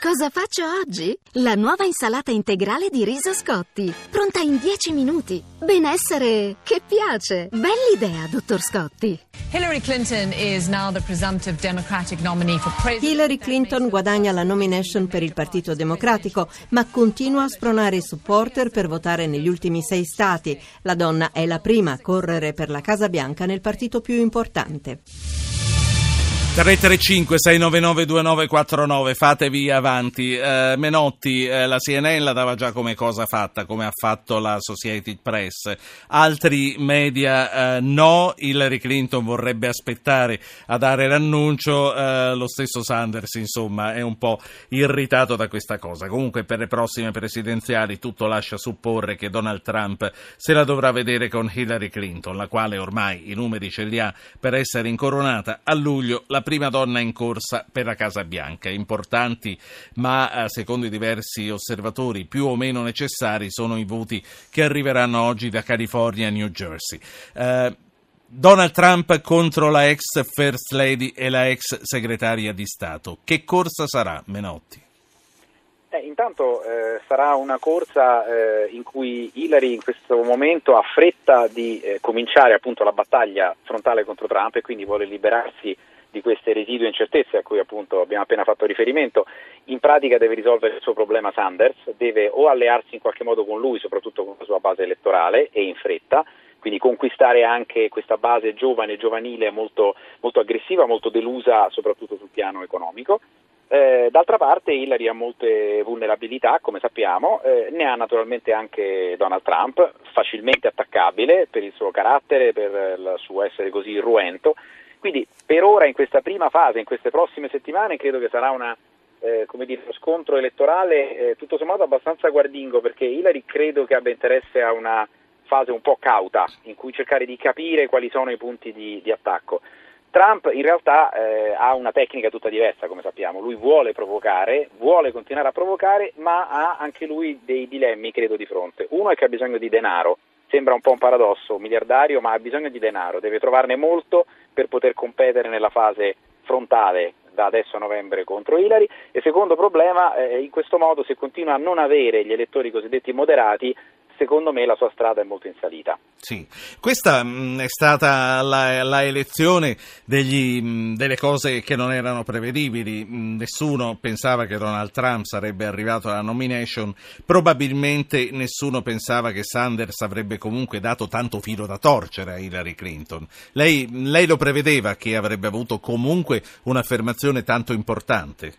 Cosa faccio oggi? La nuova insalata integrale di riso Scotti, pronta in 10 minuti. Benessere che piace. Bell'idea, dottor Scotti. Hillary Clinton is now the presumptive Democratic nominee for president. Hillary Clinton guadagna la nomination per il Partito Democratico, ma continua a spronare i supporter per votare negli ultimi 6 stati. La donna è la prima a correre per la Casa Bianca nel partito più importante. 335-699-2949, fatevi avanti. Menotti, la CNN la dava già come cosa fatta, come ha fatto la Associated Press. Altri media no, Hillary Clinton vorrebbe aspettare a dare l'annuncio, lo stesso Sanders insomma è un po' irritato da questa cosa. Comunque per le prossime presidenziali tutto lascia supporre che Donald Trump se la dovrà vedere con Hillary Clinton, la quale ormai i numeri ce li ha per essere incoronata a luglio la prima donna in corsa per la Casa Bianca. Importanti, ma secondo i diversi osservatori più o meno necessari, sono i voti che arriveranno oggi da California e New Jersey. Donald Trump contro la ex First Lady e la ex segretaria di Stato. Che corsa sarà, Menotti? Intanto sarà una corsa in cui Hillary in questo momento ha fretta di cominciare appunto la battaglia frontale contro Trump e quindi vuole liberarsi di queste residue incertezze a cui appunto abbiamo appena fatto riferimento. In pratica deve risolvere il suo problema Sanders, deve o allearsi in qualche modo con lui, soprattutto con la sua base elettorale e in fretta, quindi conquistare anche questa base giovane, giovanile, molto, molto aggressiva, molto delusa soprattutto sul piano economico. D'altra parte Hillary ha molte vulnerabilità, come sappiamo, ne ha naturalmente anche Donald Trump, facilmente attaccabile per il suo carattere, per il suo essere così irruento. Quindi per ora in questa prima fase, in queste prossime settimane, credo che sarà uno scontro elettorale tutto sommato abbastanza guardingo, perché Hillary credo che abbia interesse a una fase un po' cauta, in cui cercare di capire quali sono i punti di attacco. Trump in realtà ha una tecnica tutta diversa, come sappiamo. Lui vuole provocare, vuole continuare a provocare, ma ha anche lui dei dilemmi, credo, di fronte. Uno è che ha bisogno di denaro. Sembra un po' un paradosso, un miliardario, ma ha bisogno di denaro, deve trovarne molto per poter competere nella fase frontale da adesso a novembre contro Hillary. E secondo problema, in questo modo, se continua a non avere gli elettori cosiddetti moderati, secondo me la sua strada è molto in salita. Sì, questa è stata la elezione delle cose che non erano prevedibili. Nessuno pensava che Donald Trump sarebbe arrivato alla nomination, probabilmente nessuno pensava che Sanders avrebbe comunque dato tanto filo da torcere a Hillary Clinton. Lei lo prevedeva che avrebbe avuto comunque un'affermazione tanto importante?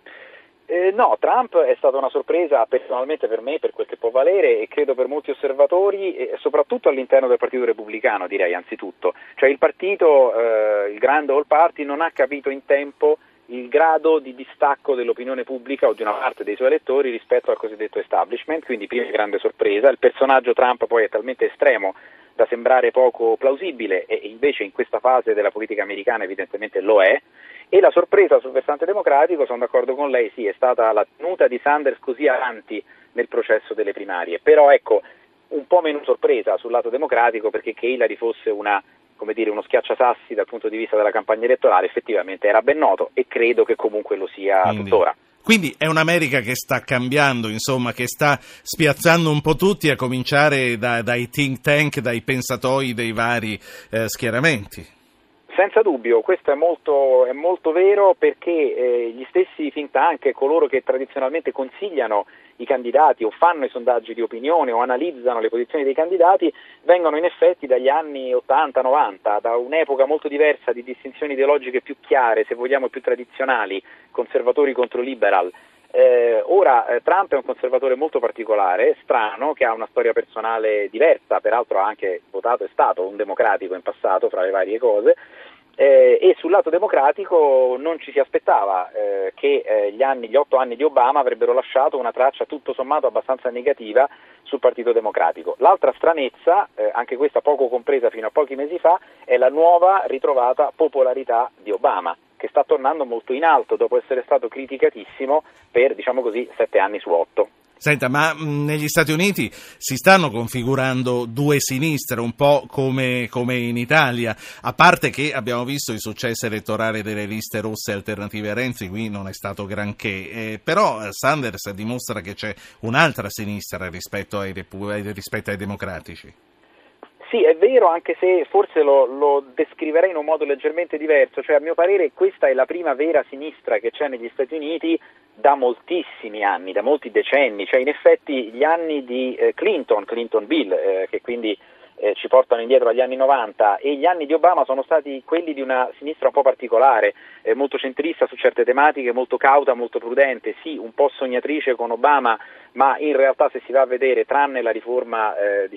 No, Trump è stata una sorpresa personalmente per me, per quel che può valere, e credo per molti osservatori, e soprattutto all'interno del Partito Repubblicano, direi anzitutto. Cioè il partito, il grande All Party, non ha capito in tempo il grado di distacco dell'opinione pubblica o di una parte dei suoi elettori rispetto al cosiddetto establishment, quindi prima grande sorpresa. Il personaggio Trump poi è talmente estremo da sembrare poco plausibile e invece in questa fase della politica americana evidentemente lo è. E la sorpresa sul versante democratico, sono d'accordo con lei, sì, è stata la tenuta di Sanders così avanti nel processo delle primarie, però ecco, un po' meno sorpresa sul lato democratico, perché che Hillary fosse uno schiacciasassi dal punto di vista della campagna elettorale effettivamente era ben noto e credo che comunque lo sia tuttora. Quindi è un'America che sta cambiando, insomma, che sta spiazzando un po' tutti, a cominciare dai think tank, dai pensatoi dei vari schieramenti. Senza dubbio, questo è molto vero, perché gli stessi think tank, coloro che tradizionalmente consigliano i candidati o fanno i sondaggi di opinione o analizzano le posizioni dei candidati, vengono in effetti dagli anni 80-90, da un'epoca molto diversa di distinzioni ideologiche più chiare, se vogliamo più tradizionali, conservatori contro liberal. Ora Trump è un conservatore molto particolare, strano, che ha una storia personale diversa, peraltro ha anche votato, è stato un democratico in passato fra le varie cose, e sul lato democratico non ci si aspettava che gli 8 anni di Obama avrebbero lasciato una traccia tutto sommato abbastanza negativa sul Partito Democratico. L'altra stranezza, anche questa poco compresa fino a pochi mesi fa, è la nuova ritrovata popolarità di Obama, che sta tornando molto in alto dopo essere stato criticatissimo per, 7 anni su 8. Senta, ma negli Stati Uniti si stanno configurando due sinistre, un po' come in Italia, a parte che abbiamo visto il successo elettorale delle liste rosse alternative a Renzi, qui non è stato granché, però Sanders dimostra che c'è un'altra sinistra rispetto ai democratici. Sì, è vero, anche se forse lo descriverei in un modo leggermente diverso, cioè a mio parere questa è la prima vera sinistra che c'è negli Stati Uniti da moltissimi anni, da molti decenni, cioè in effetti gli anni di Clinton-Bill, che quindi ci portano indietro agli anni 90, e gli anni di Obama sono stati quelli di una sinistra un po' particolare, molto centrista su certe tematiche, molto cauta, molto prudente, sì, un po' sognatrice con Obama, ma in realtà se si va a vedere, tranne la riforma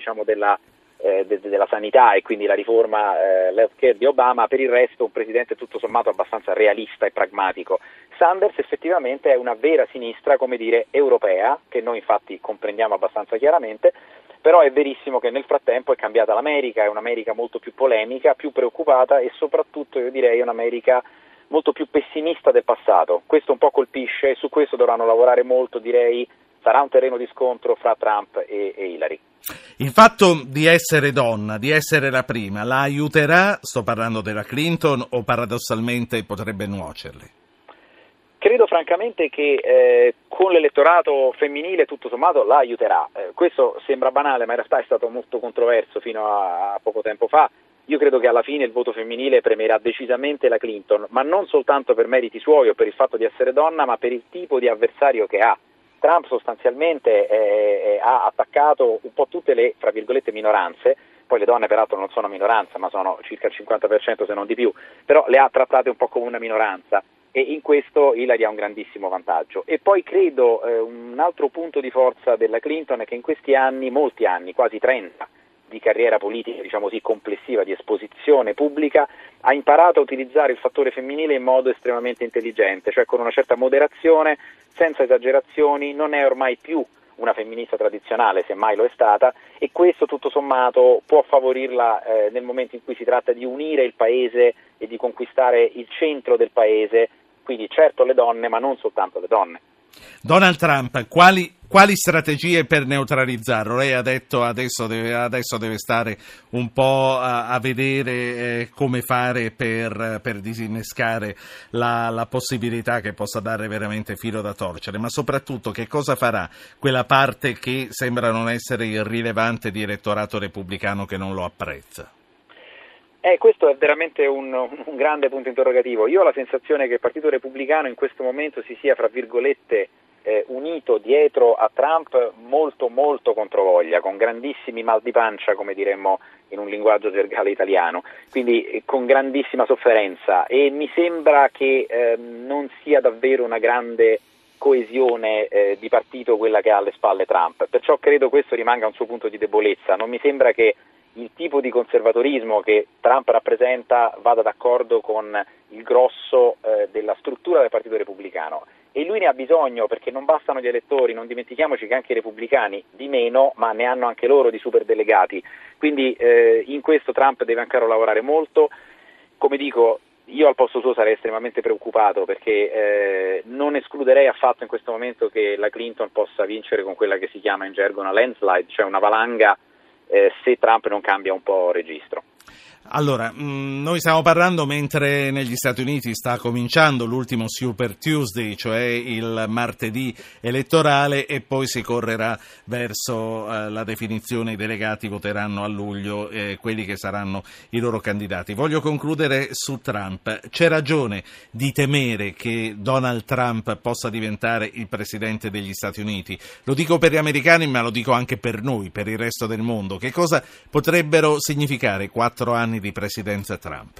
della sanità e quindi la riforma l'healthcare di Obama, per il resto un presidente tutto sommato abbastanza realista e pragmatico. Sanders effettivamente è una vera sinistra, come dire, europea, che noi infatti comprendiamo abbastanza chiaramente, però è verissimo che nel frattempo è cambiata l'America, è un'America molto più polemica, più preoccupata e soprattutto io direi un'America molto più pessimista del passato. Questo un po' colpisce e su questo dovranno lavorare molto, direi. Sarà un terreno di scontro fra Trump e Hillary. Il fatto di essere donna, di essere la prima, la aiuterà, sto parlando della Clinton, o paradossalmente potrebbe nuocerle? Credo francamente che con l'elettorato femminile tutto sommato la aiuterà. Questo sembra banale, ma in realtà è stato molto controverso fino a poco tempo fa. Io credo che alla fine il voto femminile premierà decisamente la Clinton, ma non soltanto per meriti suoi o per il fatto di essere donna, ma per il tipo di avversario che ha. Trump sostanzialmente ha attaccato un po' tutte le, fra virgolette, minoranze, poi le donne peraltro non sono minoranza, ma sono circa il 50% se non di più, però le ha trattate un po' come una minoranza e in questo Hillary ha un grandissimo vantaggio. E poi credo un altro punto di forza della Clinton è che in questi anni, molti anni, quasi 30, di carriera politica, diciamo così, complessiva, di esposizione pubblica, ha imparato a utilizzare il fattore femminile in modo estremamente intelligente, cioè con una certa moderazione, senza esagerazioni, non è ormai più una femminista tradizionale, semmai lo è stata, e questo tutto sommato può favorirla nel momento in cui si tratta di unire il paese e di conquistare il centro del paese, quindi certo le donne, ma non soltanto le donne. Donald Trump, quali strategie per neutralizzarlo? Lei ha detto adesso deve stare un po' a vedere come fare per disinnescare la possibilità che possa dare veramente filo da torcere, ma soprattutto che cosa farà quella parte che sembra non essere irrilevante di elettorato repubblicano che non lo apprezza? Questo è veramente un grande punto interrogativo. Io ho la sensazione che il Partito Repubblicano in questo momento si sia, fra virgolette, unito dietro a Trump molto molto controvoglia, con grandissimi mal di pancia, come diremmo in un linguaggio gergale italiano, quindi con grandissima sofferenza, e mi sembra che non sia davvero una grande coesione di partito quella che ha alle spalle Trump, perciò credo questo rimanga un suo punto di debolezza. Non mi sembra che il tipo di conservatorismo che Trump rappresenta vada d'accordo con il grosso della struttura del Partito Repubblicano, e lui ne ha bisogno perché non bastano gli elettori, non dimentichiamoci che anche i repubblicani di meno, ma ne hanno anche loro di superdelegati, quindi in questo Trump deve ancora lavorare molto. Come dico, io al posto suo sarei estremamente preoccupato perché non escluderei affatto in questo momento che la Clinton possa vincere con quella che si chiama in gergo una landslide, cioè una valanga, se Trump non cambia un po' registro. Allora, noi stiamo parlando mentre negli Stati Uniti sta cominciando l'ultimo Super Tuesday, cioè il martedì elettorale, e poi si correrà verso la definizione. I delegati voteranno a luglio quelli che saranno i loro candidati. Voglio concludere su Trump. C'è ragione di temere che Donald Trump possa diventare il presidente degli Stati Uniti? Lo dico per gli americani, ma lo dico anche per noi, per il resto del mondo. Che cosa potrebbero significare 4 anni di presidenza Trump?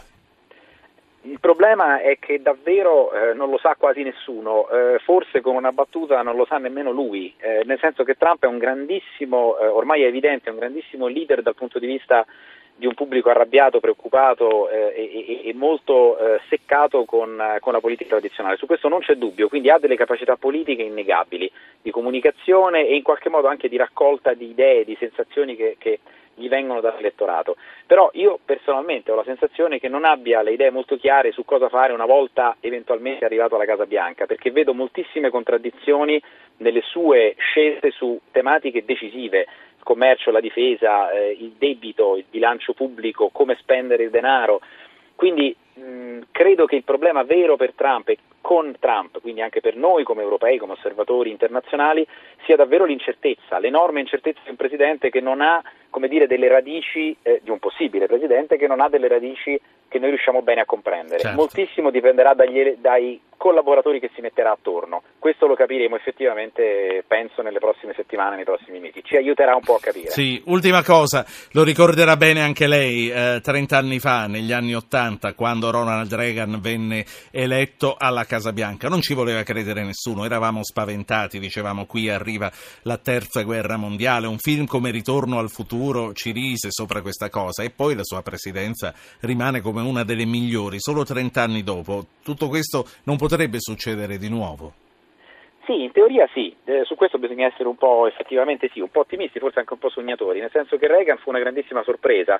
Il problema è che davvero non lo sa quasi nessuno, forse con una battuta non lo sa nemmeno lui, nel senso che Trump è un grandissimo, ormai è evidente, un grandissimo leader dal punto di vista di un pubblico arrabbiato, preoccupato e molto seccato con la politica tradizionale. Su questo non c'è dubbio, quindi ha delle capacità politiche innegabili di comunicazione e in qualche modo anche di raccolta di idee, di sensazioni che gli vengono dall'elettorato. Però io personalmente ho la sensazione che non abbia le idee molto chiare su cosa fare una volta eventualmente arrivato alla Casa Bianca, perché vedo moltissime contraddizioni nelle sue scelte su tematiche decisive: il commercio, la difesa, il debito, il bilancio pubblico, come spendere il denaro. Quindi credo che il problema vero per Trump e con Trump, quindi anche per noi come europei, come osservatori internazionali, sia davvero l'incertezza, l'enorme incertezza di un presidente che non ha, come dire, delle radici, di un possibile presidente che non ha delle radici che noi riusciamo bene a comprendere. Certo. Moltissimo dipenderà dai collaboratori che si metterà attorno. Questo lo capiremo effettivamente, penso, nelle prossime settimane, nei prossimi mesi. Ci aiuterà un po' a capire. Sì, ultima cosa, lo ricorderà bene anche lei, 30 anni fa, negli anni 80, quando Ronald Reagan venne eletto alla Casa Bianca. Non ci voleva credere nessuno, eravamo spaventati, dicevamo qui arriva la terza guerra mondiale, un film come Ritorno al futuro ci rise sopra questa cosa, e poi la sua presidenza rimane come una delle migliori, solo 30 anni dopo. Tutto questo non potrebbe succedere di nuovo? Sì, in teoria sì, su questo bisogna essere un po', effettivamente sì, un po' ottimisti, forse anche un po' sognatori, nel senso che Reagan fu una grandissima sorpresa,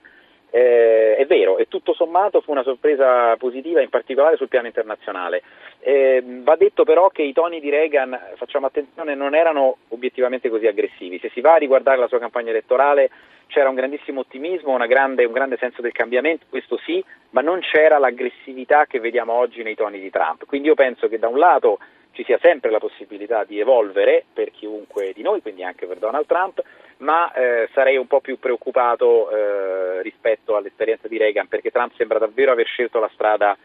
è vero, e tutto sommato fu una sorpresa positiva, in particolare sul piano internazionale. Va detto però che i toni di Reagan, facciamo attenzione, non erano obiettivamente così aggressivi. Se si va a riguardare la sua campagna elettorale c'era un grandissimo ottimismo, un grande senso del cambiamento, questo sì, ma non c'era l'aggressività che vediamo oggi nei toni di Trump. Quindi io penso che da un lato ci sia sempre la possibilità di evolvere per chiunque di noi, quindi anche per Donald Trump, ma sarei un po' più preoccupato rispetto all'esperienza di Reagan, perché Trump sembra davvero aver scelto la strada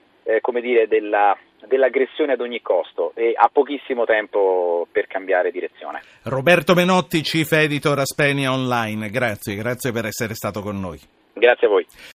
dell'aggressione ad ogni costo e ha pochissimo tempo per cambiare direzione. Roberto Menotti, Chief Editor Aspenia Online, grazie per essere stato con noi. Grazie a voi.